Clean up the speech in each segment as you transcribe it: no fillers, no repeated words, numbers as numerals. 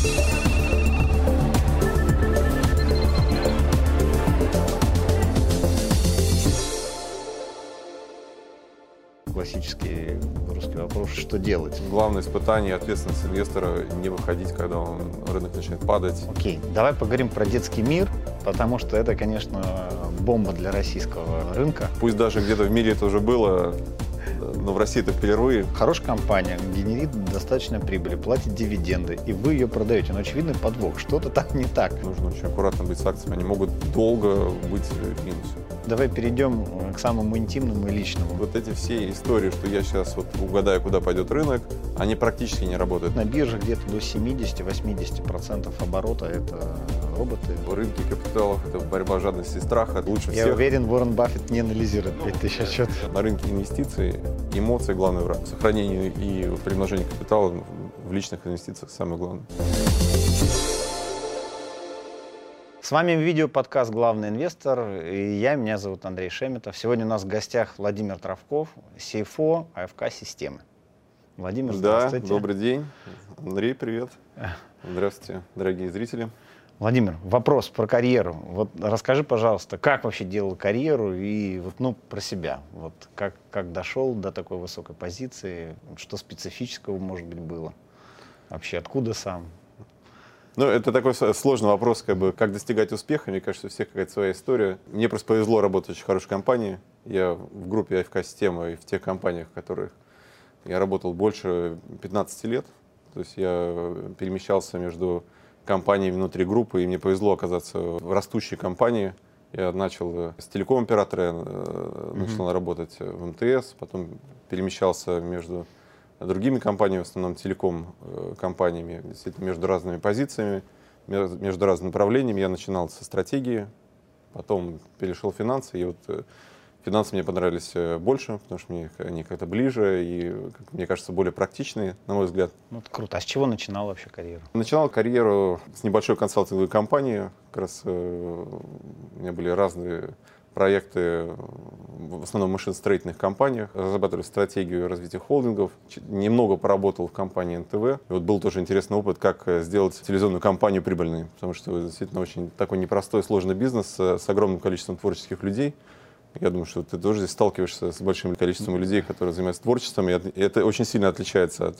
Классический русский вопрос, что делать? Главное испытание и ответственность инвестора — не выходить, когда рынок начинает падать. Окей, давай поговорим про детский мир, потому что это, конечно, бомба для российского рынка. Пусть даже где-то в мире это уже было, но в России это впервые. Хорошая компания генерит достаточно прибыли, платит дивиденды, и вы ее продаете. Но очевидный подвох, что-то там не так. Нужно очень аккуратно быть с акциями, они могут долго быть в минусе. Давай перейдем к самому интимному и личному. Вот эти все истории, что я сейчас вот угадаю, куда пойдет рынок, они практически не работают. На бирже где-то до 70-80% оборота — это роботы. Рынки капиталов — это борьба жадности и страха. Лучше Я всех. уверен, Уоррен Баффет не анализирует 5000 отчетов. На рынке инвестиций эмоции главное в сохранении и примножении капитала в личных инвестициях самое главное. С вами видео-подкаст «Главный инвестор», и меня зовут Андрей Шеметов. Сегодня у нас в гостях Владимир Травков, CFO АФК Системы. Владимир, здравствуйте. Да, добрый день. Андрей, привет. Здравствуйте, дорогие зрители. Владимир, вопрос про карьеру. Вот расскажи, пожалуйста, как вообще делал карьеру и про себя. Вот как дошел до такой высокой позиции, что специфического, может быть, было? Вообще, откуда сам? Ну, это такой сложный вопрос, как достигать успеха. Мне кажется, у всех какая-то своя история. Мне просто повезло работать в очень хорошей компании. Я в группе АФК Система и в тех компаниях, в которых я работал больше 15 лет. То есть я перемещался между компаниями внутри группы, и мне повезло оказаться в растущей компании. Я начал с телеком-оператора, начал работать в МТС, потом перемещался между другими компаниями, в основном телеком-компаниями, действительно между разными позициями, между разными направлениями. Я начинал со стратегии, потом перешел в финансы, и вот финансы мне понравились больше, потому что они как-то ближе и, мне кажется, более практичные, на мой взгляд. Ну, это круто. А с чего начинал вообще карьеру? Начинал карьеру с небольшой консалтинговой компании. Как раз у меня были разные проекты, в основном в машиностроительных компаниях, разрабатывали стратегию развития холдингов. Немного поработал в компании НТВ. И вот был тоже интересный опыт, как сделать телевизионную компанию прибыльной, потому что это действительно очень такой непростой, сложный бизнес с огромным количеством творческих людей. Я думаю, что ты тоже здесь сталкиваешься с большим количеством людей, которые занимаются творчеством, и это очень сильно отличается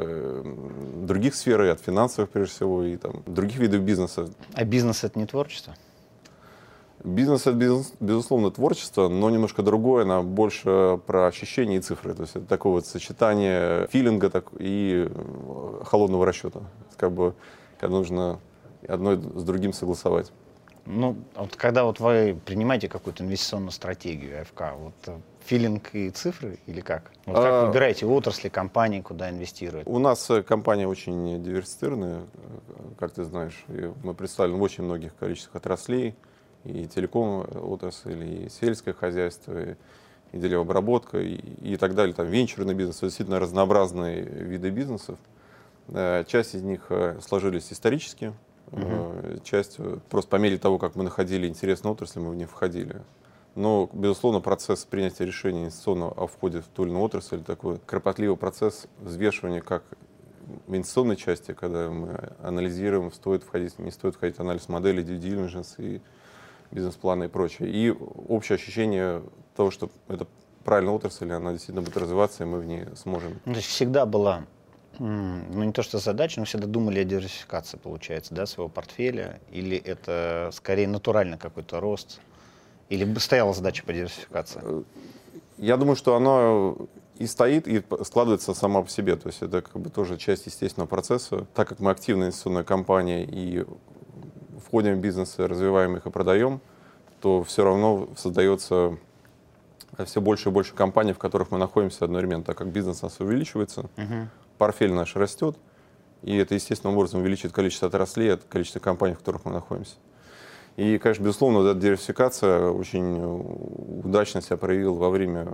от других сфер, и от финансовых, прежде всего, и других видов бизнеса. А бизнес — это не творчество? Бизнес — это, безусловно, творчество, но немножко другое, она больше про ощущения и цифры. То есть это такое вот сочетание филинга и холодного расчета. Когда нужно одно с другим согласовать. Ну, вот когда вы принимаете какую-то инвестиционную стратегию АФК, филинг и цифры или как? Как выбираете отрасли, компании, куда инвестировать? У нас компания очень диверсифицированная, как ты знаешь. Мы представлены в очень многих количествах отраслей. И телеком отрасль, и сельское хозяйство, и деревообработка, и так далее. Там венчурный бизнес, действительно разнообразные виды бизнесов. Часть из них сложились исторически, часть просто по мере того, как мы находили интересные отрасли, мы в них входили. Но, безусловно, процесс принятия решения инвестиционного о входе в ту или иную отрасль, такой кропотливый процесс взвешивания как в инвестиционной части, когда мы анализируем, стоит входить, не стоит входить, анализ модели, due diligence и бизнес-планы и прочее. И общее ощущение того, что это правильная отрасль, она действительно будет развиваться, и мы в ней сможем. То есть всегда была, не то что задача, но всегда думали о диверсификации, получается, да, своего портфеля? Или это скорее натуральный какой-то рост? Или стояла задача по диверсификации? Я думаю, что она и стоит, и складывается сама по себе. То есть это тоже часть естественного процесса. Так как мы активная инвестиционная компания и входим в бизнесы, развиваем их и продаем, то все равно создается все больше и больше компаний, в которых мы находимся одновременно, так как бизнес у нас увеличивается, портфель наш растет, и это естественным образом увеличивает количество отраслей, количество компаний, в которых мы находимся. И, конечно, безусловно, эта диверсификация очень удачно себя проявила во время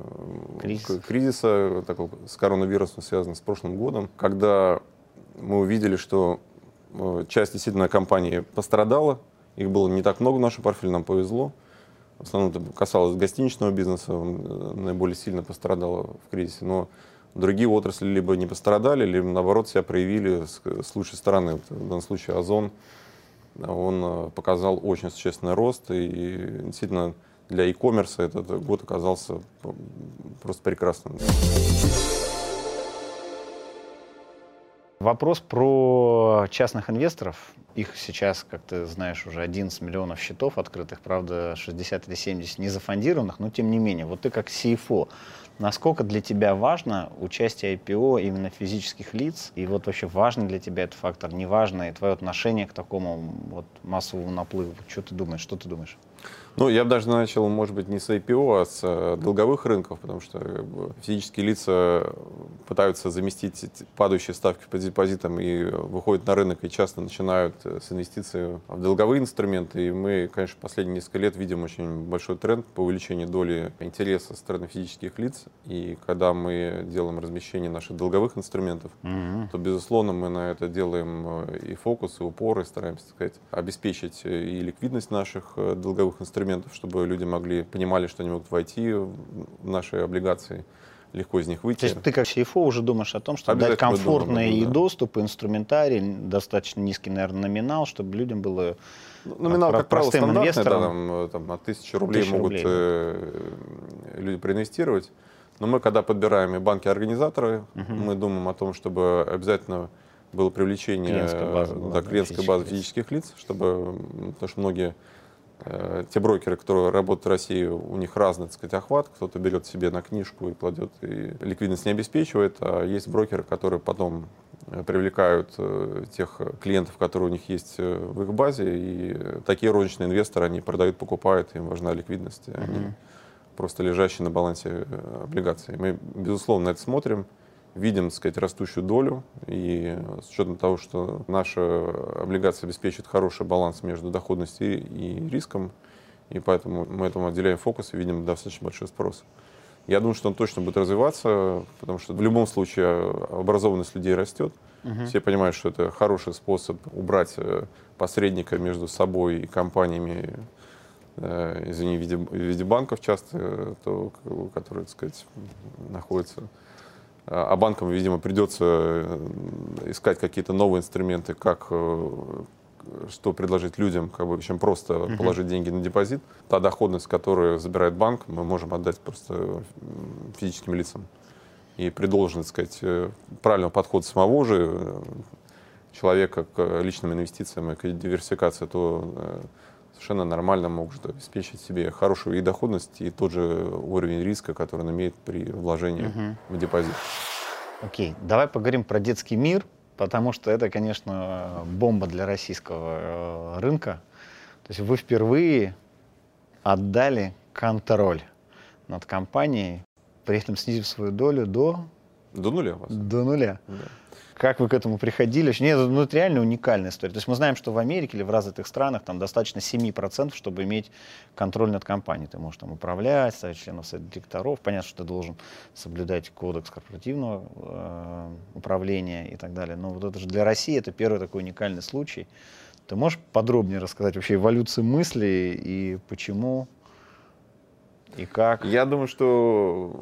кризиса такого, с коронавирусом, связанного с прошлым годом, когда мы увидели, что часть действительно компаний пострадала, их было не так много в нашем портфеле, нам повезло. В основном это касалось гостиничного бизнеса, он наиболее сильно пострадал в кризисе. Но Другие отрасли либо не пострадали, либо наоборот себя проявили с лучшей стороны. Вот в данном случае Озон, он показал очень существенный рост, и действительно для e-commerce этот год оказался просто прекрасным. Вопрос про частных инвесторов. Их сейчас, как ты знаешь, уже 11 миллионов счетов открытых, правда, 60 или 70 не зафондированных, но тем не менее. Вот ты как CFO, насколько для тебя важно участие IPO именно физических лиц? И вот вообще важный для тебя этот фактор, не важно, и твое отношение к такому вот массовому наплыву? Что ты думаешь? Что ты думаешь? Ну, я бы даже начал, может быть, не с IPO, а с долговых рынков, потому что физические лица пытаются заместить падающие ставки по депозитам и выходят на рынок и часто начинают с инвестиций в долговые инструменты. И мы, конечно, последние несколько лет видим очень большой тренд по увеличению доли интереса со стороны физических лиц. И когда мы делаем размещение наших долговых инструментов, то, безусловно, мы на это делаем и фокус, и упор, и стараемся, так сказать, обеспечить и ликвидность наших долговых инструментов, чтобы люди понимали, что они могут войти в наши облигации, легко из них выйти. То есть ты как CFO уже думаешь о том, чтобы дать комфортный и доступ, и инструментарий, достаточно низкий, наверное, номинал, чтобы людям было номинал, как правило, стандартный, там, от 1000 рублей могут люди проинвестировать. Но мы, когда подбираем и банки-организаторы, мы думаем о том, чтобы обязательно было привлечение клиентской базы физических лиц, потому что многие те брокеры, которые работают в России, у них разный, так сказать, охват. Кто-то берет себе на книжку и кладет, и ликвидность не обеспечивает. А есть брокеры, которые потом привлекают тех клиентов, которые у них есть в их базе. И такие розничные инвесторы, они продают, покупают, им важна ликвидность. Они просто лежащие на балансе облигаций. Мы, безусловно, на это смотрим. Видим, так сказать, растущую долю, и с учетом того, что наши облигации обеспечивают хороший баланс между доходностью и риском, и поэтому мы этому отделяем фокус и видим достаточно большой спрос. Я думаю, что он точно будет развиваться, потому что в любом случае образованность людей растет. Все понимают, что это хороший способ убрать посредника между собой и компаниями, извини, в виде банков часто, которые, так сказать, находятся. А банкам, видимо, придется искать какие-то новые инструменты, что предложить людям, чем просто положить деньги на депозит. Та доходность, которую забирает банк, мы можем отдать просто физическим лицам. И при должном, так сказать, правильного подхода самого же человека к личным инвестициям и к диверсификации, то совершенно нормально может обеспечить себе хорошую и доходность, и тот же уровень риска, который он имеет при вложении в депозит. Окей, давай поговорим про детский мир, потому что это, конечно, бомба для российского рынка. То есть вы впервые отдали контроль над компанией, при этом снизив свою долю до нуля. До нуля. Да. Как вы к этому приходили? Нет, это реально уникальная история. То есть мы знаем, что в Америке или в развитых странах там достаточно 7%, чтобы иметь контроль над компанией. Ты можешь там управлять, ставить членов совета директоров. Понятно, что ты должен соблюдать кодекс корпоративного управления и так далее. Но вот это же для России это первый такой уникальный случай. Ты можешь подробнее рассказать вообще эволюцию мыслей и почему, и как? Я думаю, что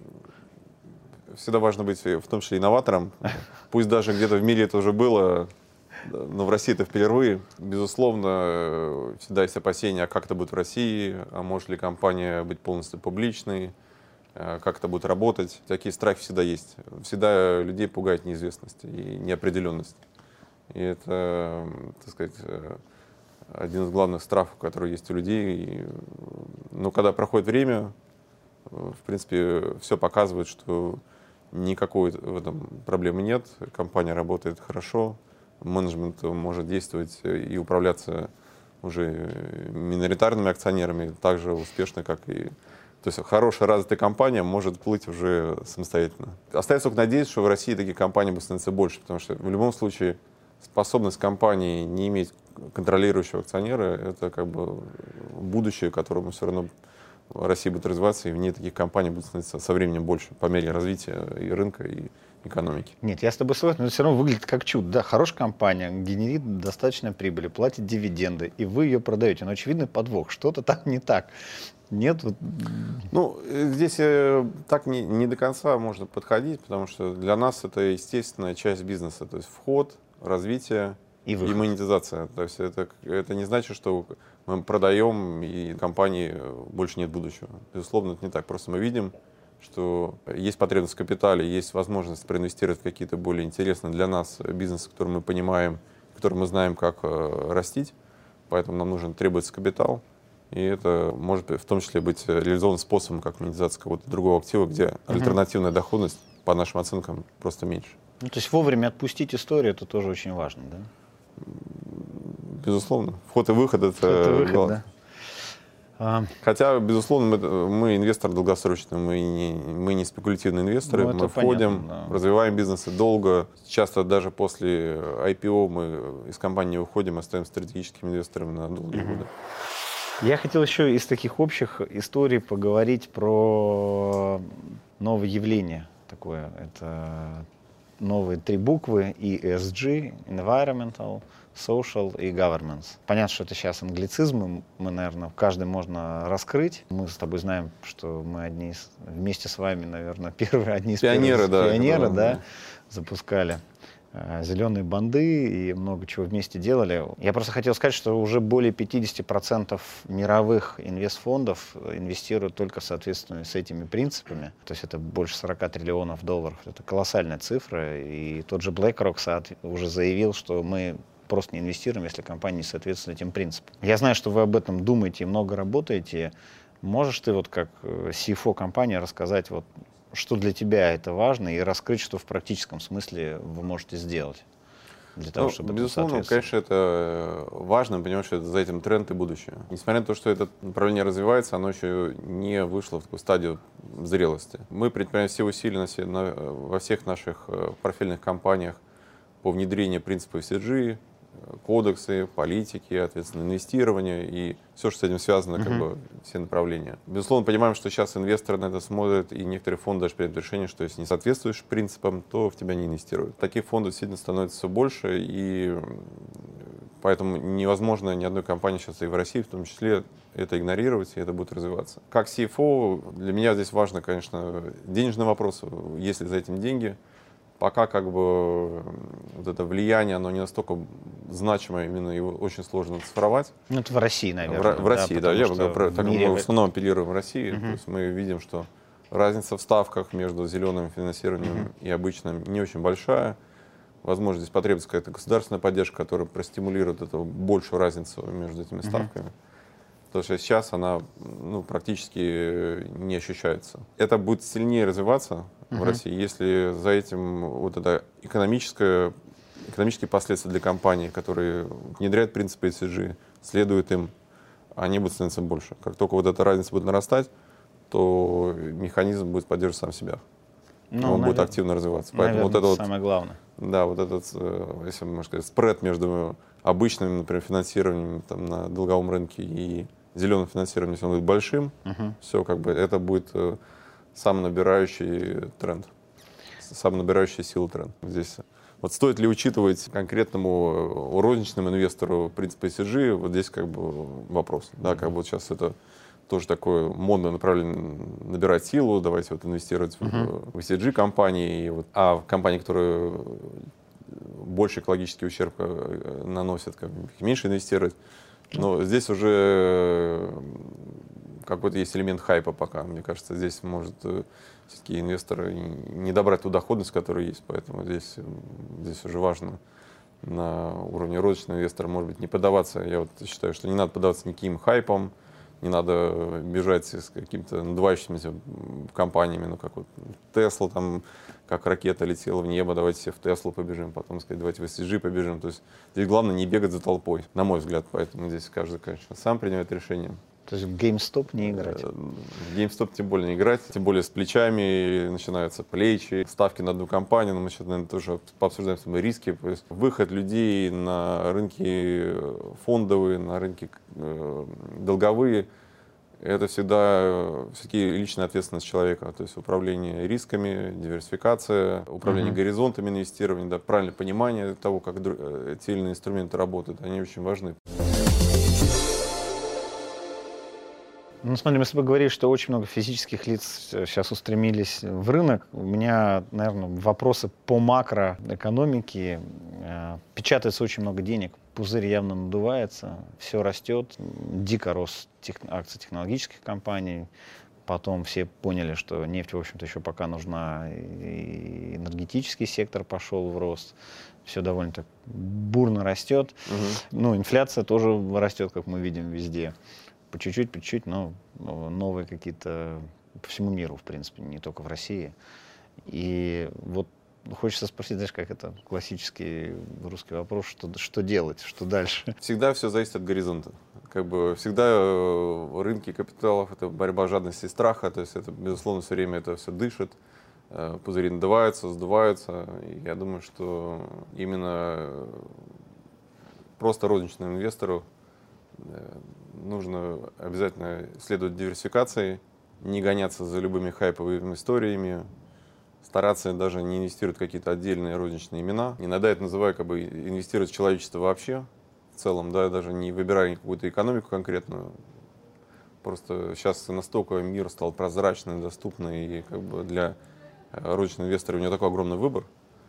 всегда важно быть, в том числе, инноватором. Пусть даже где-то в мире это уже было, но в России это впервые. Безусловно, всегда есть опасения, а как это будет в России, а может ли компания быть полностью публичной, как это будет работать. Такие страхи всегда есть. Всегда людей пугает неизвестность и неопределенность. И это, так сказать, один из главных страхов, который есть у людей. Но когда проходит время, в принципе, все показывает, что никакой в этом проблемы нет, компания работает хорошо, менеджмент может действовать и управляться уже миноритарными акционерами так же успешно, как и... То есть хорошая развитая компания может плыть уже самостоятельно. Остается только надеяться, что в России таких компаний будет становиться больше, потому что в любом случае способность компании не иметь контролирующего акционера — это как бы будущее, которому все равно Россия будет развиваться, и в ней таких компаний будет становиться со временем больше по мере развития и рынка, и экономики. Нет, я с тобой согласен, но это все равно выглядит как чудо. Да, хорошая компания, генерит достаточно прибыли, платит дивиденды, и вы ее продаете. Но очевидный подвох, что-то там не так. Нет? Ну, здесь так не до конца можно подходить, потому что для нас это естественная часть бизнеса. То есть вход, развитие и монетизация. То есть это не значит, что мы продаем, и компании больше нет будущего. Безусловно, это не так. Просто мы видим, что есть потребность в капитале, есть возможность проинвестировать в какие-то более интересные для нас бизнесы, которые мы понимаем, которые мы знаем, как растить. Поэтому нам требуется капитал. И это может в том числе быть реализован способом, как монетизация какого-то другого актива, где альтернативная доходность, по нашим оценкам, просто меньше. Ну, то есть вовремя отпустить историю, это тоже очень важно, да? Безусловно. Вход и выход — это главное. Да. Хотя, безусловно, мы инвестор долгосрочный, мы не спекулятивные инвесторы, мы входим, понятно, да. Развиваем бизнесы долго. Часто даже после IPO мы из компании уходим, остаемся стратегическими инвесторами на долгие годы. Я хотел еще из таких общих историй поговорить про новое явление такое. Это новые 3 буквы: ESG, Environmental, Social и Governance. Понятно, что это сейчас англицизмы, мы, наверное, каждый можно раскрыть. Мы с тобой знаем, что мы вместе с вами, наверное, одни из пионеры, да, запускали зеленые банды и много чего вместе делали. Я просто хотел сказать, что уже более 50% мировых инвестфондов инвестируют только соответственно с этими принципами. То есть это больше 40 триллионов долларов. Это колоссальная цифра. И тот же BlackRock уже заявил, что мы просто не инвестируем, если компания не соответствует этим принципам. Я знаю, что вы об этом думаете и много работаете. Можешь ты вот как CFO компании рассказать, вот, что для тебя это важно, и раскрыть, что в практическом смысле вы можете сделать для того, чтобы безусловно, конечно, это важно, понимаешь, что за этим тренд и будущее. Несмотря на то, что это направление развивается, оно еще не вышло в такую стадию зрелости. Мы предпринимаем все усилия во всех наших портфельных компаниях по внедрению принципов ESG, кодексы, политики, ответственное инвестирование и все, что с этим связано, как бы все направления. Безусловно, понимаем, что сейчас инвесторы на это смотрят, и некоторые фонды даже принимают решение, что если не соответствуешь принципам, то в тебя не инвестируют. Таких фондов действительно становится все больше, и поэтому невозможно ни одной компании сейчас и в России в том числе это игнорировать, и это будет развиваться. Как CFO для меня здесь важно, конечно, денежный вопрос, есть ли за этим деньги. Пока как бы вот это влияние, оно не настолько значимое, именно его очень сложно цифровать. Ну, это в России, наверное. В России, да. Мы в основном апеллируем в России. То есть мы видим, что разница в ставках между зеленым финансированием и обычным не очень большая. Возможно, здесь потребуется какая-то государственная поддержка, которая простимулирует эту большую разницу между этими ставками. Потому что сейчас она практически не ощущается. Это будет сильнее развиваться в России, если за этим вот это экономические последствия для компаний, которые внедряют принципы ESG, следуют им, они будут становиться больше. Как только вот эта разница будет нарастать, то механизм будет поддерживать сам себя. Он будет активно развиваться. Поэтому вот это самое главное. Да, вот этот, если можно сказать, спред между обычным, например, финансированием там, на долговом рынке и зеленым финансированием, если он будет большим, все как бы это будет самонабирающий тренд, самонабирающий силу тренд. Здесь вот стоит ли учитывать конкретному розничному инвестору принципы ESG, вот здесь как бы вопрос. Да, как бы вот сейчас это тоже такое модное направление набирать силу, давайте вот инвестировать в ESG компании, а в компании, которые больше экологический ущерб наносят, как бы, меньше инвестировать. Но здесь уже какой-то есть элемент хайпа пока. Мне кажется, здесь может все-таки инвесторы не добрать ту доходность, которая есть. Поэтому здесь уже важно на уровне розничного инвестора, может быть, не поддаваться. Я вот считаю, что не надо поддаваться никаким хайпам, не надо бежать с какими-то надувающимися компаниями, ну как вот Tesla, там, как ракета летела в небо, давайте все в Теслу побежим, потом сказать, давайте в ESG побежим. То есть здесь главное не бегать за толпой, на мой взгляд, поэтому здесь каждый, конечно, сам принимает решение. То есть в GameStop не играть? В GameStop тем более не играть, тем более с плечами начинаются плечи, ставки на одну компанию, но мы сейчас, наверное, тоже пообсуждаем самые риски. То есть выход людей на рынки фондовые, на рынки долговые, Это всегда все-таки личная ответственность человека, то есть управление рисками, диверсификация, управление горизонтами инвестирования, да, правильное понимание того, как те или иные инструменты работают, они очень важны. Ну, смотри, если бы говорили, что очень много физических лиц сейчас устремились в рынок, у меня, наверное, вопросы по макроэкономике. Печатается очень много денег, пузырь явно надувается, все растет, дико рос акции технологических компаний. Потом все поняли, что нефть, в общем-то, еще пока нужна, и энергетический сектор пошел в рост. Все довольно-так бурно растет. Ну, инфляция тоже растет, как мы видим везде. По чуть-чуть, но новые какие-то по всему миру, в принципе, не только в России. И вот хочется спросить, знаешь, как это классический русский вопрос, что делать, что дальше? Всегда все зависит от горизонта. Как бы всегда рынки капиталов — это борьба жадности и страха, то есть это, безусловно, все время это все дышит, пузыри надуваются, сдуваются. И я думаю, что именно просто розничному инвестору нужно обязательно следовать диверсификации, не гоняться за любыми хайповыми историями, стараться даже не инвестировать в какие-то отдельные розничные имена. Иногда это называю как бы инвестировать в человечество вообще, в целом, да, даже не выбирая какую-то экономику конкретную. Просто сейчас настолько мир стал прозрачным, доступным, и как бы для розничного инвестора у него такой огромный выбор,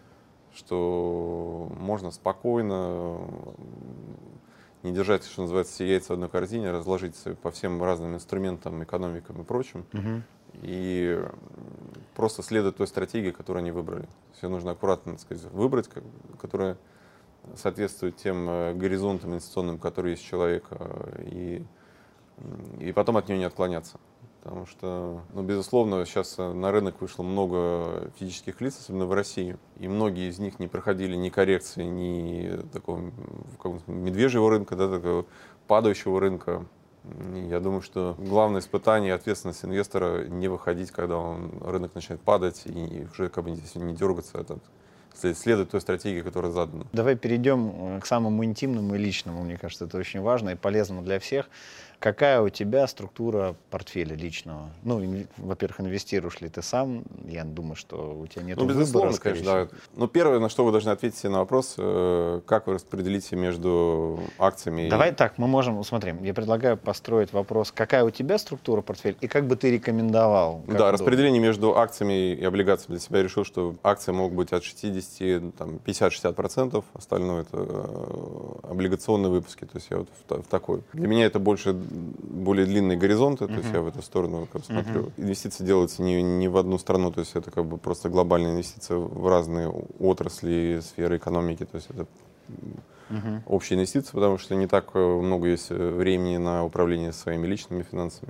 что можно спокойно не держать, что называется, все яйца в одной корзине, разложить по всем разным инструментам, экономикам и прочим, и просто следовать той стратегии, которую они выбрали. Все нужно аккуратно, так сказать, выбрать, которая соответствует тем горизонтам инвестиционным, которые есть у человека, и потом от нее не отклоняться. Потому что, ну, безусловно, сейчас на рынок вышло много физических лиц, особенно в России, и многие из них не проходили ни коррекции, ни такого медвежьего рынка, да, такого падающего рынка. И я думаю, что главное испытание и ответственность инвестора не выходить, когда рынок начинает падать, и уже как бы не дергаться, следовать той стратегии, которая задана. Давай перейдем к самому интимному и личному. Мне кажется, это очень важно и полезно для всех. Какая у тебя структура портфеля личного? Ну, во-первых, инвестируешь ли ты сам? Я думаю, что у тебя нет выбора. Безусловно, конечно, да. Но первое, на что вы должны ответить на вопрос, как вы распределите между акциями. Давай так, мы можем, смотри, я предлагаю построить вопрос, какая у тебя структура портфеля и как бы ты рекомендовал? Да, распределение между акциями и облигациями. Для себя решил, что акции могут быть от 60, там, 50-60%, остальное это облигационные выпуски. То есть я вот в такой. Для меня это более длинные горизонты, то есть я в эту сторону как смотрю. Инвестиции делаются не в одну страну, то есть это как бы просто глобальные инвестиции в разные отрасли, сферы экономики, то есть это общие инвестиции, потому что не так много есть времени на управление своими личными финансами.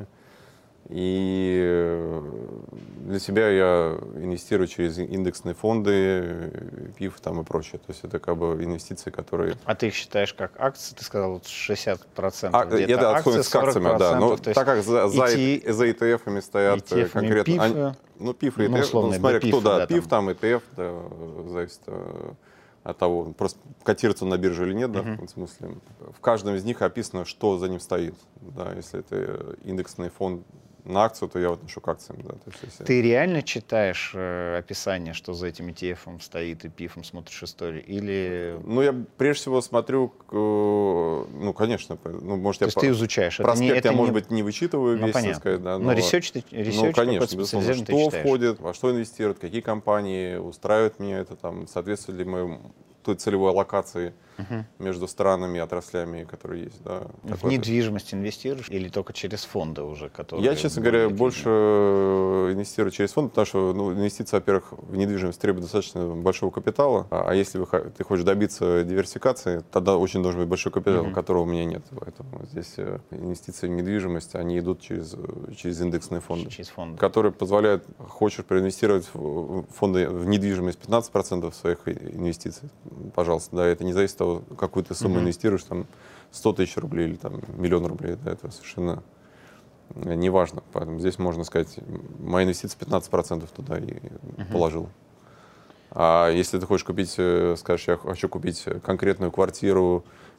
И для себя я инвестирую через индексные фонды, ПИФ там и прочее. То есть это как бы инвестиции, которые... А ты их считаешь как акции? Ты сказал, 60% это акции, с акциями, да. Но так как за ETF-ами стоят ETF конкретно... PIF, ну, ПИФ и ETF, ну, смотря кто, да, ПИФ там, ETF, да, зависит от того, просто котируется он на бирже или нет, да, в смысле. В каждом из них описано, что за ним стоит. Да, если это индексный фонд на акцию, то я отношу к акциям. Да. То есть, если... Ты реально читаешь описание, что за этим ETF стоит, и ПИФом смотришь историю? Или... Ну, я прежде всего смотрю, ну, конечно. Ну, может, то есть ты изучаешь. Проспект я, может быть, не вычитываю весь, так сказать. Да, но ресерч ну, конечно, безусловно, что входит, во что инвестируют, какие компании, устраивает меня это, там, соответствует ли моему той целевой аллокации между странами и отраслями, которые есть. Да. В недвижимость инвестируешь или только через фонды уже? Которые я, честно говоря, больше инвестирую через фонды, потому что инвестиции, во-первых, в недвижимость требуют достаточно большого капитала, а если ты хочешь добиться диверсификации, тогда очень должен быть большой капитал, которого у меня нет. Поэтому здесь инвестиции в недвижимость, они идут через индексные фонды, которые позволяют, хочешь проинвестировать в фонды в недвижимость 15% своих инвестиций, пожалуйста, да, это не зависит от того, какую ты сумму инвестируешь, там 100 тысяч рублей или там 1 000 000 рублей, да, это совершенно не важно. Поэтому здесь можно сказать, мои инвестиции 15% туда и положил. А если ты хочешь купить, скажешь, я хочу купить конкретную квартиру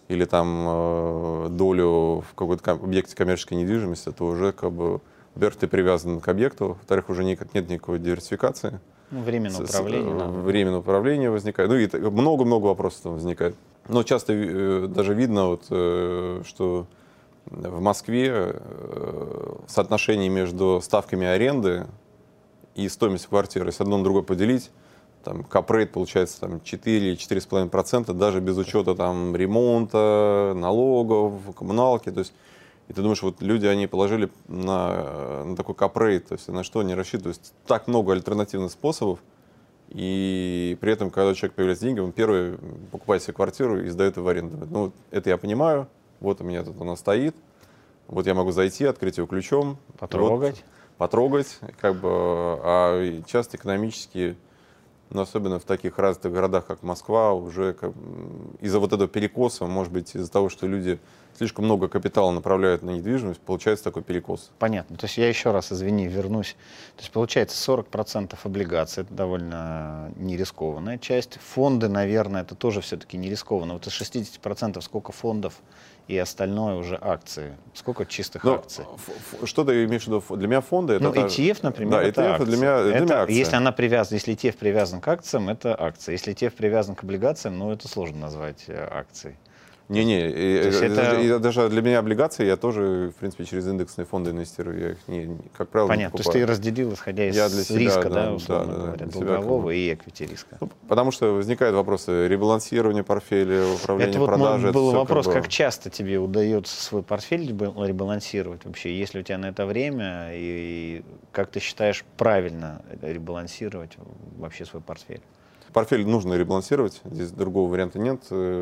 или там долю в какой-то объекте коммерческой недвижимости, то уже как бы, во-первых, ты привязан к объекту, во-вторых, уже нет никакой диверсификации. Ну, временное управление. Временное управление возникает. Ну и много-много вопросов там возникает. Но часто даже видно, вот, что в Москве соотношение между ставками аренды и стоимостью квартиры, если одно на другое поделить, там капрейт получается там 4-4,5%, даже без учета там ремонта, налогов, коммуналки. То есть, и ты думаешь, вот люди, они положили на такой капрейт, то есть на что они рассчитывают. То есть так много альтернативных способов, и при этом, когда у человека появляются деньги, он первый покупает себе квартиру и сдает ее в аренду. Ну, это я понимаю, вот у меня тут она стоит, вот я могу зайти, открыть ее ключом. Потрогать. Вот, потрогать, как бы, а часто экономически, но особенно в таких развитых городах, как Москва, уже из-за вот этого перекоса, может быть, из-за того, что люди слишком много капитала направляют на недвижимость, получается такой перекос. Понятно. То есть я еще раз, извини, вернусь. То есть получается 40% облигаций, это довольно нерискованная часть. Фонды, наверное, это тоже все-таки не рискованно. Вот из 60% сколько фондов и остальное уже акции? Сколько чистых акций? Что ты имеешь в виду? Для меня фонды это... Ну, ETF, например, да, это ETF акции. Для меня акции. Если она привязана, если ETF привязан к акциям, это акции. Если ETF привязан к облигациям, ну, это сложно назвать акцией. Не-не, даже для меня облигации я тоже, в принципе, через индексные фонды инвестирую. Я их, как правило, понятно. не покупаю. То есть ты разделил, исходя из риска, да, условно говоря, долгового и эквити риска. Ну, потому что возникают вопросы ребалансирования портфеля, управления это вот продажей. Был вопрос, как часто тебе удается свой портфель ребалансировать вообще, если у тебя на это время, и как ты считаешь правильно ребалансировать вообще свой портфель? Портфель нужно ребалансировать, здесь другого варианта нет.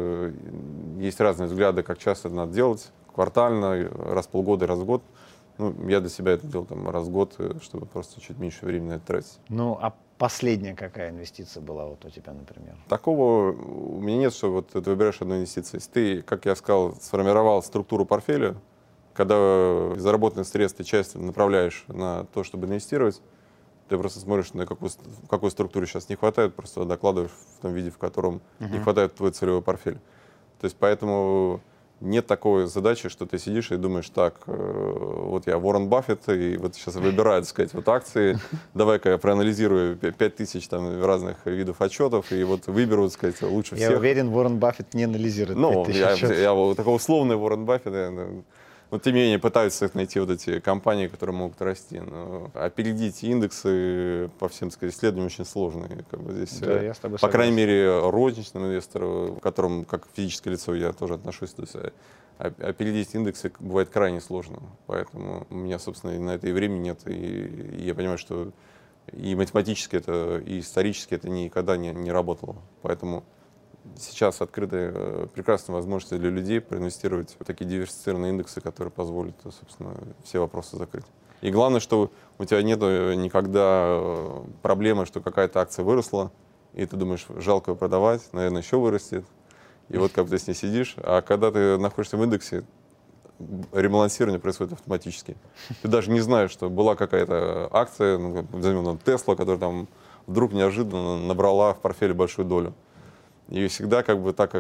Есть разные взгляды, как часто это надо делать, квартально, раз в полгода, раз в год. Ну, я для себя это делал там, раз в год, чтобы просто чуть меньше времени на это тратить. Ну, а последняя какая инвестиция была вот у тебя, например? Такого у меня нет, что вот ты выбираешь одну инвестицию. Если ты, как я сказал, сформировал структуру портфеля, когда заработанные средства часть направляешь на то, чтобы инвестировать, ты просто смотришь, на какой структуре сейчас не хватает, просто докладываешь в том виде, в котором не хватает твой целевой портфель. То есть поэтому нет такой задачи, что ты сидишь и думаешь, так, вот я Уоррен Баффет, и вот сейчас выбираю, так сказать, вот акции, давай-ка я проанализирую 5000 там разных видов отчетов, и вот выберу, так сказать, лучше всех. Я уверен, Уоррен Баффет не анализирует 5000 отчетов. Я вот такой условный Уоррен Баффет, но тем не менее пытаются найти вот эти компании, которые могут расти. Но опередить индексы по всем, так сказать, исследованиям очень сложно. Как бы здесь, да, я с тобой по крайней мере, розничным инвестору, к которому, как физическое лицо, я тоже отношусь, то есть опередить индексы бывает крайне сложно. Поэтому у меня, собственно, на это и времени нет. И я понимаю, что и математически это, и исторически это никогда не работало. Поэтому сейчас открыты прекрасные возможности для людей проинвестировать в такие диверсифицированные индексы, которые позволят, собственно, все вопросы закрыть. И главное, что у тебя нет никогда проблемы, что какая-то акция выросла, и ты думаешь, жалко ее продавать, наверное, еще вырастет. И вот как бы ты с ней сидишь, а когда ты находишься в индексе, ребалансирование происходит автоматически. Ты даже не знаешь, что была какая-то акция, возьмем Tesla, которая там вдруг неожиданно набрала в портфеле большую долю. И всегда, как бы, так как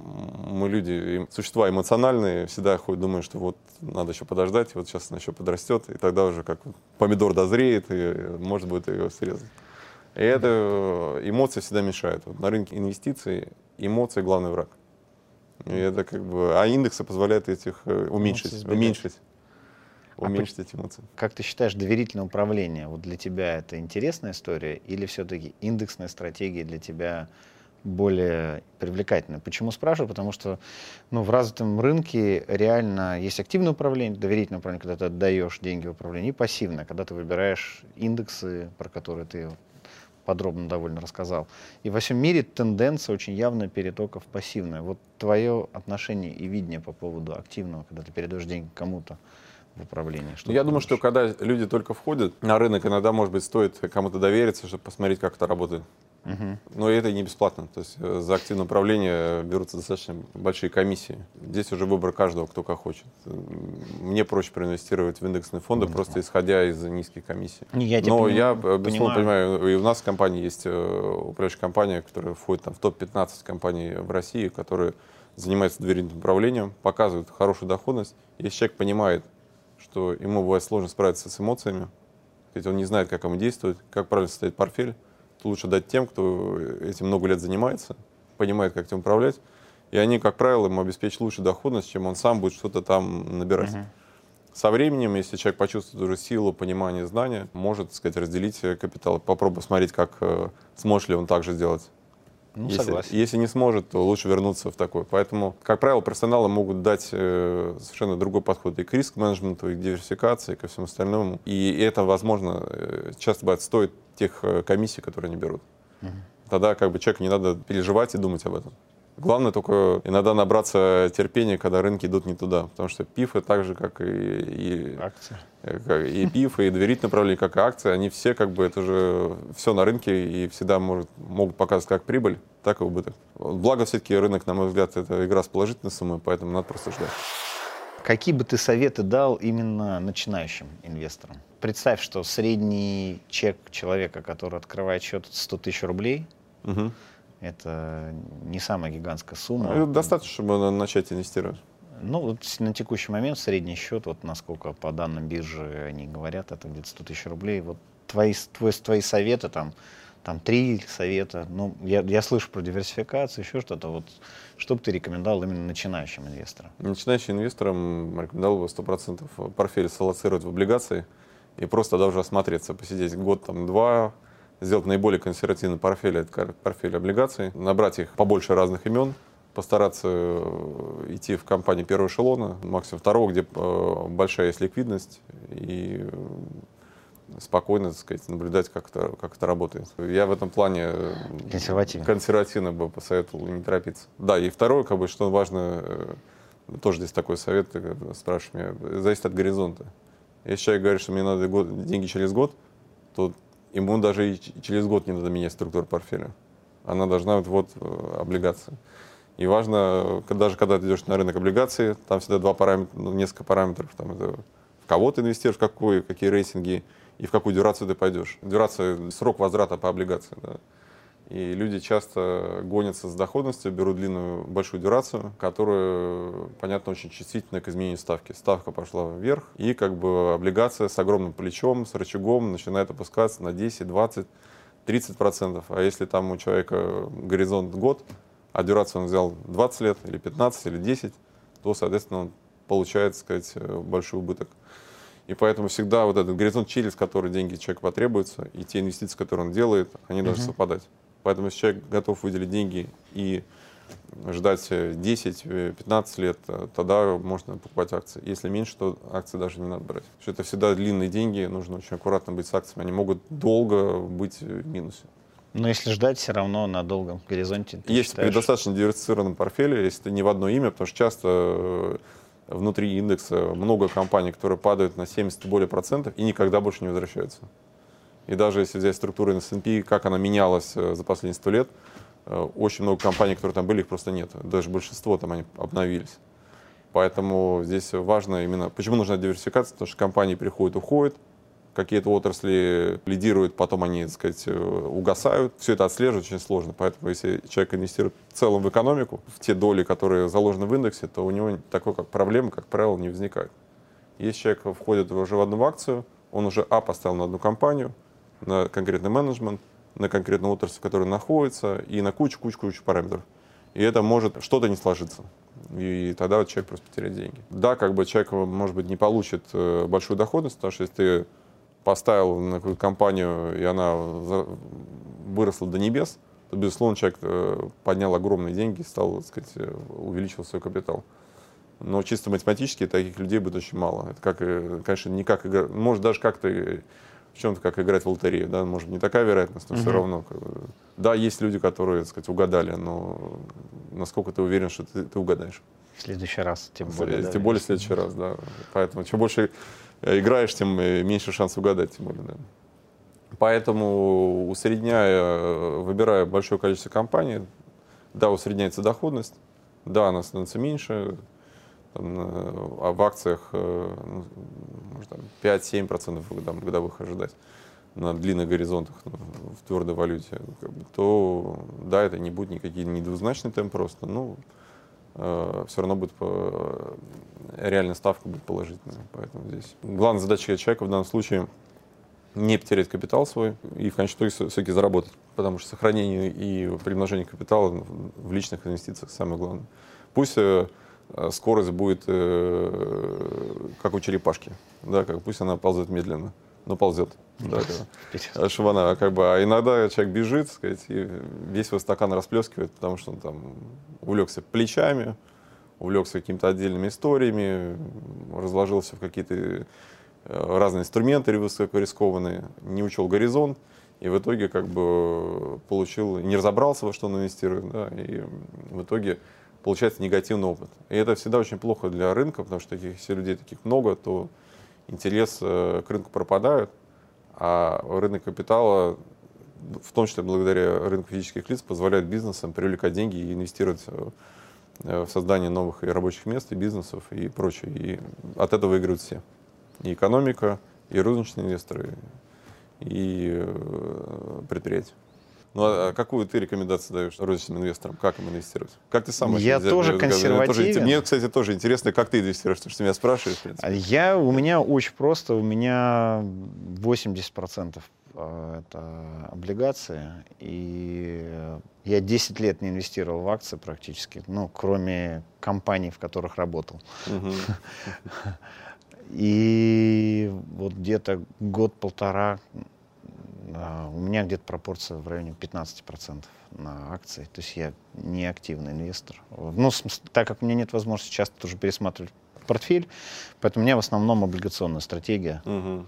мы люди, существа эмоциональные, всегда думаем, что вот надо еще подождать, вот сейчас она еще подрастет, и тогда уже как помидор дозреет, и можно будет ее срезать. И это эмоции всегда мешают. Вот на рынке инвестиций эмоции главный враг. И это как бы, а индексы позволяют этих уменьшить эти эмоции. Как ты считаешь, доверительное управление, вот для тебя это интересная история, или все-таки индексная стратегия для тебя более привлекательно? Почему спрашиваю? Потому что в развитом рынке реально есть активное управление, доверительное управление, когда ты отдаешь деньги в управление, и пассивное, когда ты выбираешь индексы, про которые ты подробно довольно рассказал. И во всем мире тенденция очень явная перетока в пассивное. Вот твое отношение и видение по поводу активного, когда ты передаешь деньги кому-то в управление. Я думаю, что когда люди только входят на рынок, иногда, может быть, стоит кому-то довериться, чтобы посмотреть, как это работает. Но это не бесплатно. То есть за активное управление берутся достаточно большие комиссии. Здесь уже выбор каждого, кто как хочет. Мне проще проинвестировать в индексные фонды, просто исходя из низких комиссий. Но я, безусловно, понимаю, и у нас в компании есть управляющая компания, которая входит в топ-15 компаний в России, которые занимается доверительным управлением, показывает хорошую доходность. Если человек понимает, что ему бывает сложно справиться с эмоциями, ведь он не знает, как ему действовать, как правильно составить портфель, то лучше дать тем, кто этим много лет занимается, понимает, как этим управлять, и они, как правило, ему обеспечат лучшую доходность, чем он сам будет что-то там набирать. Со временем, если человек почувствует уже силу, понимание, знания, может, так сказать, разделить капитал, попробовать смотреть, как сможет ли он так же сделать. Ну, согласен. Если не сможет, то лучше вернуться в такой. Поэтому, как правило, профессионалы могут дать совершенно другой подход и к риск-менеджменту, и к диверсификации, и ко всему остальному. И это, возможно, часто бывает стоит тех комиссий, которые они берут. Тогда как бы человеку не надо переживать и думать об этом. Главное только иногда набраться терпения, когда рынки идут не туда. Потому что ПИФы, так же, как и Акции. И ПИФы, и доверительное управление, как и акции, они все как бы, это же все на рынке и всегда могут показывать как прибыль, так и убыток. Благо все-таки рынок, на мой взгляд, это игра с положительной суммой, поэтому надо просто ждать. Какие бы ты советы дал именно начинающим инвесторам? Представь, что средний чек человека, который открывает счет, 100 тысяч рублей, это не самая гигантская сумма. Достаточно, чтобы начать инвестировать. Ну, вот на текущий момент средний счет, вот насколько по данным биржи они говорят, это где-то 100 тысяч рублей. Вот твои советы, там 3 совета. Ну, я слышу про диверсификацию, еще что-то. Вот, что бы ты рекомендовал именно начинающим инвесторам? Начинающим инвесторам рекомендовал бы 100% портфель салоцировать в облигации и просто тогда уже осмотреться, посидеть год, два, сделать наиболее консервативный портфель, это портфель облигаций, набрать их побольше разных имен, постараться идти в компании первого эшелона, максимум второго, где большая есть ликвидность, и спокойно, так сказать, наблюдать, как это работает. Я в этом плане консервативно бы посоветовал не торопиться. Да, и второе, что важно, тоже здесь такой совет, ты спрашиваешь меня, зависит от горизонта. Если человек говорит, что мне надо деньги через год, то ему даже и через год не надо менять структуру портфеля. Она должна облигация. И важно, даже когда ты идешь на рынок облигаций, там всегда несколько параметров. Там это в кого ты инвестируешь, какие рейтинги и в какую дюрацию ты пойдешь. Дюрация — срок возврата по облигации. Да. И люди часто гонятся с доходностью, берут большую дюрацию, которая, понятно, очень чувствительна к изменению ставки. Ставка пошла вверх, и облигация с огромным плечом, с рычагом начинает опускаться на 10, 20, 30%. А если там у человека горизонт год, а дюрацию он взял 20 лет, или 15, или 10, то, соответственно, он получает, так сказать, большой убыток. И поэтому всегда этот горизонт, через который деньги человеку потребуются, и те инвестиции, которые он делает, они должны совпадать. Поэтому если человек готов выделить деньги и ждать 10-15 лет, тогда можно покупать акции. Если меньше, то акции даже не надо брать. Потому что это всегда длинные деньги, нужно очень аккуратно быть с акциями. Они могут долго быть в минусе. Но если ждать, все равно на долгом горизонте. Если при достаточно диверсифицированном портфеле, если это не в одно имя, потому что часто внутри индекса много компаний, которые падают на 70 и более процентов и никогда больше не возвращаются. И даже если взять структуру S&P, как она менялась за последние 100 лет, очень много компаний, которые там были, их просто нет. Даже большинство там они обновились. Поэтому здесь важно именно... Почему нужна диверсификация? Потому что компании приходят, уходят, какие-то отрасли лидируют, потом они, так сказать, угасают. Все это отслеживать очень сложно. Поэтому если человек инвестирует в целом в экономику, в те доли, которые заложены в индексе, то у него такой проблемы, как правило, не возникает. Если человек входит уже в одну акцию, он уже поставил на одну компанию, на конкретный менеджмент, на конкретную отрасль, в которой находится, и на кучу параметров. И это может что-то не сложиться. И тогда человек просто потеряет деньги. Да, человек, может быть, не получит большую доходность, потому что если ты поставил на какую-то компанию, и она выросла до небес, то, безусловно, человек поднял огромные деньги и стал, так сказать, увеличил свой капитал. Но чисто математически таких людей будет очень мало. Это конечно, не как игра, может даже как-то в чем-то как играть в лотерею, да, может не такая вероятность, но все равно. Да, есть люди, которые, так сказать, угадали, но насколько ты уверен, что ты угадаешь? В следующий раз, тем более. Тем более в следующий раз, да. Поэтому чем больше играешь, тем меньше шансов угадать, тем более, да. Поэтому усредняя, выбирая большое количество компаний, да, усредняется доходность, да, она становится меньше, а в акциях 5-7% годовых ожидать на длинных горизонтах в твердой валюте, то да, это не будет никакие недвузначный темп просто, все равно будет реальная ставка будет положительная. Поэтому здесь главная задача человека в данном случае не потерять капитал свой и в конечном итоге все-таки заработать. Потому что сохранение и примножение капитала в личных инвестициях самое главное. Пусть скорость будет как у черепашки, да, пусть она ползет медленно, но ползет. Да, чтобы она а иногда человек бежит, сказать, и весь его стакан расплескивает, потому что он там увлекся плечами, увлекся какими-то отдельными историями, разложился в какие-то разные инструменты высокорискованные, не учел горизонт, и в итоге получил, не разобрался, во что он инвестирует, да, и в итоге получается негативный опыт. И это всегда очень плохо для рынка, потому что если людей таких много, то интерес к рынку пропадает, а рынок капитала, в том числе благодаря рынку физических лиц, позволяет бизнесам привлекать деньги и инвестировать в создание новых и рабочих мест, и бизнесов, и прочее. И от этого выигрывают все. И экономика, и розничные инвесторы, и предприятия. Ну, а какую ты рекомендацию даешь розничным инвесторам? Как им инвестировать? Как ты сам Я тоже консервативен. Мне, кстати, тоже интересно, как ты инвестируешь, потому что меня спрашиваешь. У меня очень просто. У меня 80% это облигации. И я 10 лет не инвестировал в акции практически, кроме компаний, в которых работал. И вот где-то год-полтора у меня где-то пропорция в районе 15% на акции. То есть я не активный инвестор. Так как у меня нет возможности часто тоже пересматривать портфель, поэтому у меня в основном облигационная стратегия.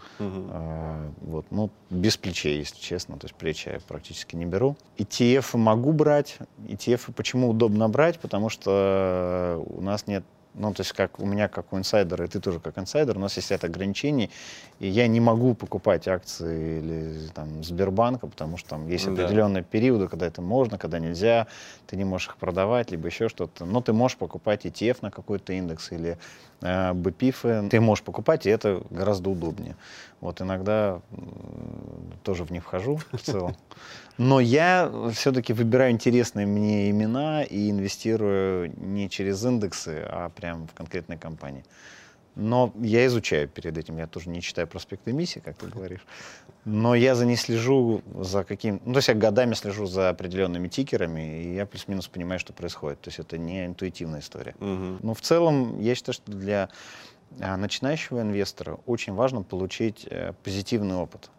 Без плечей, если честно. То есть плечи я практически не беру. ETF могу брать. ETF почему удобно брать? Потому что у нас нет. То есть как у меня, как у инсайдера, и ты тоже как инсайдер, у нас есть ряд ограничений, и я не могу покупать акции или Сбербанка, потому что там есть определенные периоды, когда это можно, когда нельзя, ты не можешь их продавать, либо еще что-то. Но ты можешь покупать ETF на какой-то индекс или БПИФы, ты можешь покупать, и это гораздо удобнее. Иногда тоже в них вхожу в целом. Но я все-таки выбираю интересные мне имена и инвестирую не через индексы, а прям в конкретные компании. Но я изучаю перед этим, я тоже не читаю проспекты эмиссии, как ты говоришь. Но я за ней слежу то есть я годами слежу за определенными тикерами, и я плюс-минус понимаю, что происходит. То есть это не интуитивная история. Но в целом я считаю, что для начинающего инвестора очень важно получить позитивный опыт.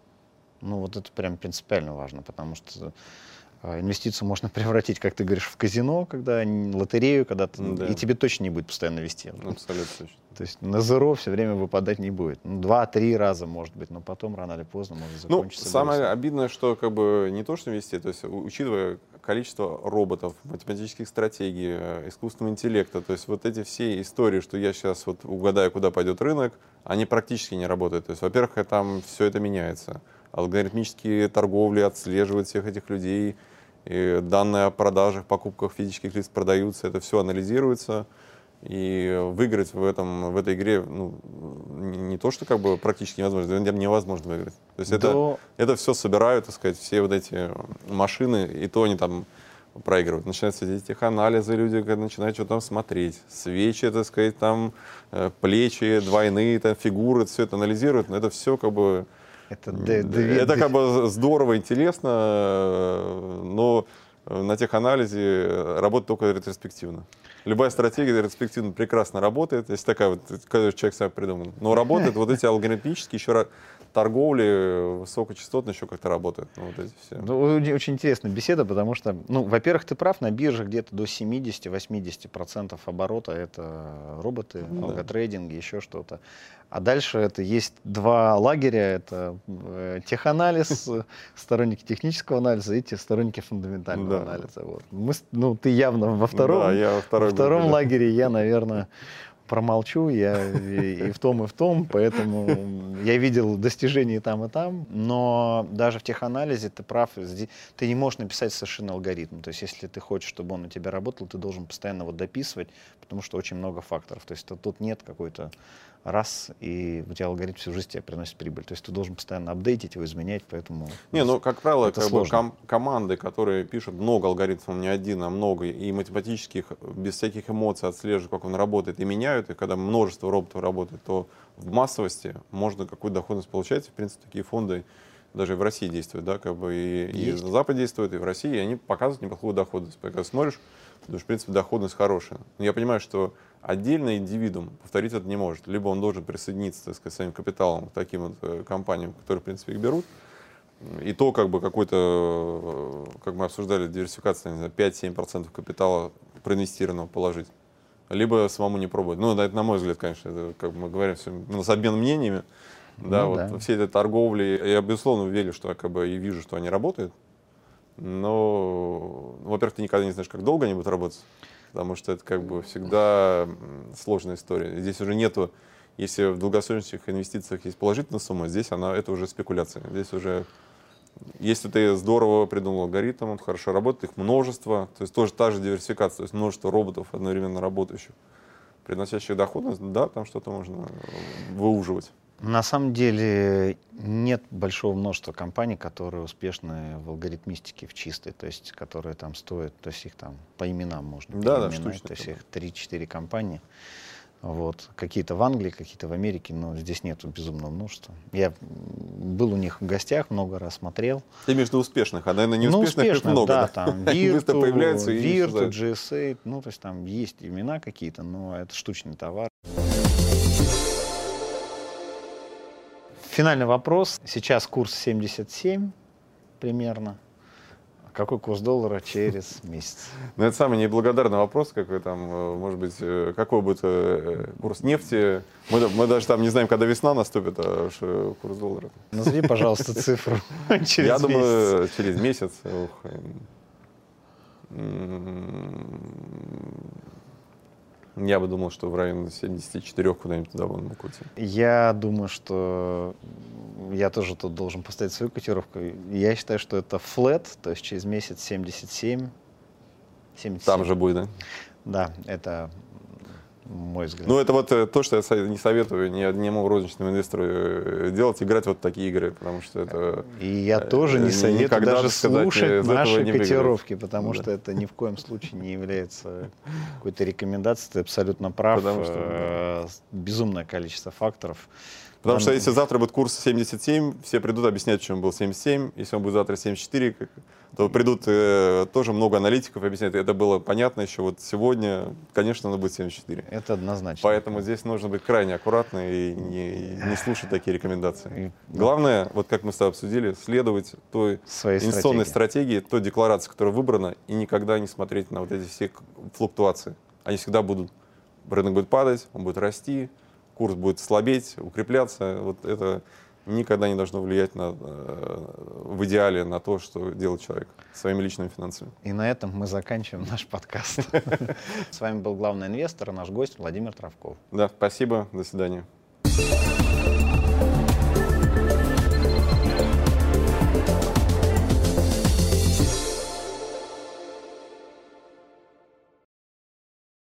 Это прям принципиально важно, потому что инвестицию можно превратить, как ты говоришь, в казино, лотерею, и тебе точно не будет постоянно вести. Абсолютно точно. То есть на зеро все время выпадать не будет. 2-3 раза, может быть, но потом рано или поздно может закончиться. Самое обидное, что не то, что вести, то есть учитывая количество роботов, математических стратегий, искусственного интеллекта, то есть эти все истории, что я сейчас угадаю, куда пойдет рынок, они практически не работают. То есть, во-первых, там все это меняется. Алгоритмические торговли отслеживают всех этих людей, и данные о продажах, покупках физических лиц продаются, это все анализируется. И выиграть в этой игре не то, что практически невозможно, невозможно выиграть. То есть это все собирают, так сказать, все эти машины, и то они там проигрывают. Начинаются эти теханализы, люди начинают что-то там смотреть. Свечи, так сказать, там плечи двойные, там фигуры, все это анализируют, но это все это здорово, интересно, но на теханализе работает только ретроспективно. Любая стратегия ретроспективно прекрасно работает, если такая когда человек сам придумал. Но работает эти алгоритмические еще раз торговли, высокочастотно еще как-то работают. Эти все. Очень интересная беседа, потому что, во-первых, ты прав, на бирже где-то до 70-80% оборота это роботы, алготрейдинги, еще что-то. А дальше это есть два лагеря, это теханализ, сторонники технического анализа и сторонники фундаментального анализа. Ты явно во втором лагере, я, наверное, промолчу, я и в том, поэтому я видел достижения и там, но даже в теханализе ты прав, ты не можешь написать совершенно алгоритм, то есть если ты хочешь, чтобы он у тебя работал, ты должен постоянно его дописывать, потому что очень много факторов, то есть тут нет какой-то раз, и у тебя алгоритм всю жизнь тебе приносит прибыль, то есть ты должен постоянно апдейтить его, изменять, поэтому... Не, ну, как правило, это сложно. команды, которые пишут много алгоритмов, не один, а много, и математических, без всяких эмоций отслеживают, как он работает, и меняют, и когда множество роботов работает, то в массовости можно какую-то доходность получать. В принципе, такие фонды даже и в России действуют, да, как бы и на Западе действуют, и в России, и они показывают неплохую доходность. Когда смотришь, потому что, в принципе, доходность хорошая. Но я понимаю, что отдельный индивидуум повторить это не может. Либо он должен присоединиться, так сказать, своим капиталом к таким вот компаниям, которые, в принципе, их берут. И то, как бы, какой-то, как мы обсуждали, диверсификация, не знаю, 5-7% капитала проинвестированного положить. Либо самому не пробовать. Ну, это, на мой взгляд, конечно, это, как мы говорим, у нас обмен мнениями. Да, Ну, вот да. все этой торговли, я, безусловно, верю, что как бы, и вижу, что они работают. Но, во-первых, ты никогда не знаешь, как долго они будут работать, потому что это как бы всегда сложная история. Здесь уже нету, если в долгосрочных инвестициях есть положительная сумма, здесь это уже спекуляция. Здесь уже, если ты здорово придумал алгоритм, он хорошо работает, их множество, то есть тоже та же диверсификация, то есть множество роботов одновременно работающих, приносящих доходность, да, там что-то можно выуживать. На самом деле нет большого множества компаний, которые успешны в алгоритмистике, в чистой, то есть которые там стоят, то есть их там по именам можно переименовать, то есть их 3-4 компании. Вот. Какие-то в Англии, какие-то в Америке, но здесь нету безумного множества. Я был у них в гостях, много раз смотрел. Ты между успешных, а, наверное, неуспешных их много. Да, там Virtu, Virtu, GS8, ну, то есть там есть имена какие-то, но это штучный товар. Финальный вопрос. Сейчас курс 77 примерно. Какой курс доллара через месяц? Ну, это самый неблагодарный вопрос, какой там, может быть, какой будет курс нефти. Мы даже там не знаем, когда весна наступит, а курс доллара. Назови, пожалуйста, цифру через месяц. Я думаю, через месяц. Я бы думал, что в районе 74 куда-нибудь туда вон мог уйти. Я думаю, что я тоже тут должен поставить свою котировку. Я считаю, что это флэт, то есть через месяц 77. Там же будет, да? Да, это мой взгляд. Ну, это вот то, что я не советую ни одному розничному инвестору делать, играть вот в такие игры, потому что это... И я тоже не советую даже слушать наши котировки, потому что это ни в коем случае не является какой-то рекомендацией. Ты абсолютно прав. Безумное количество факторов. Потому что если завтра будет курс 77, все придут объяснять, почему был 77. Если он будет завтра 74, то придут тоже много аналитиков объяснять. Это было понятно еще вот сегодня. Конечно, оно будет 74. Это однозначно. Поэтому здесь нужно быть крайне аккуратным и не слушать такие рекомендации. Главное, вот как мы с тобой обсудили, следовать той инвестиционной стратегии, той декларации, которая выбрана, и никогда не смотреть на вот эти все флуктуации. Они всегда будут. Рынок будет падать, он будет расти, курс будет слабеть, укрепляться. Вот это никогда не должно влиять в идеале на то, что делает человек своими личными финансами. И на этом мы заканчиваем наш подкаст. С вами был главный инвестор, наш гость Владимир Травков. Да, спасибо, до свидания.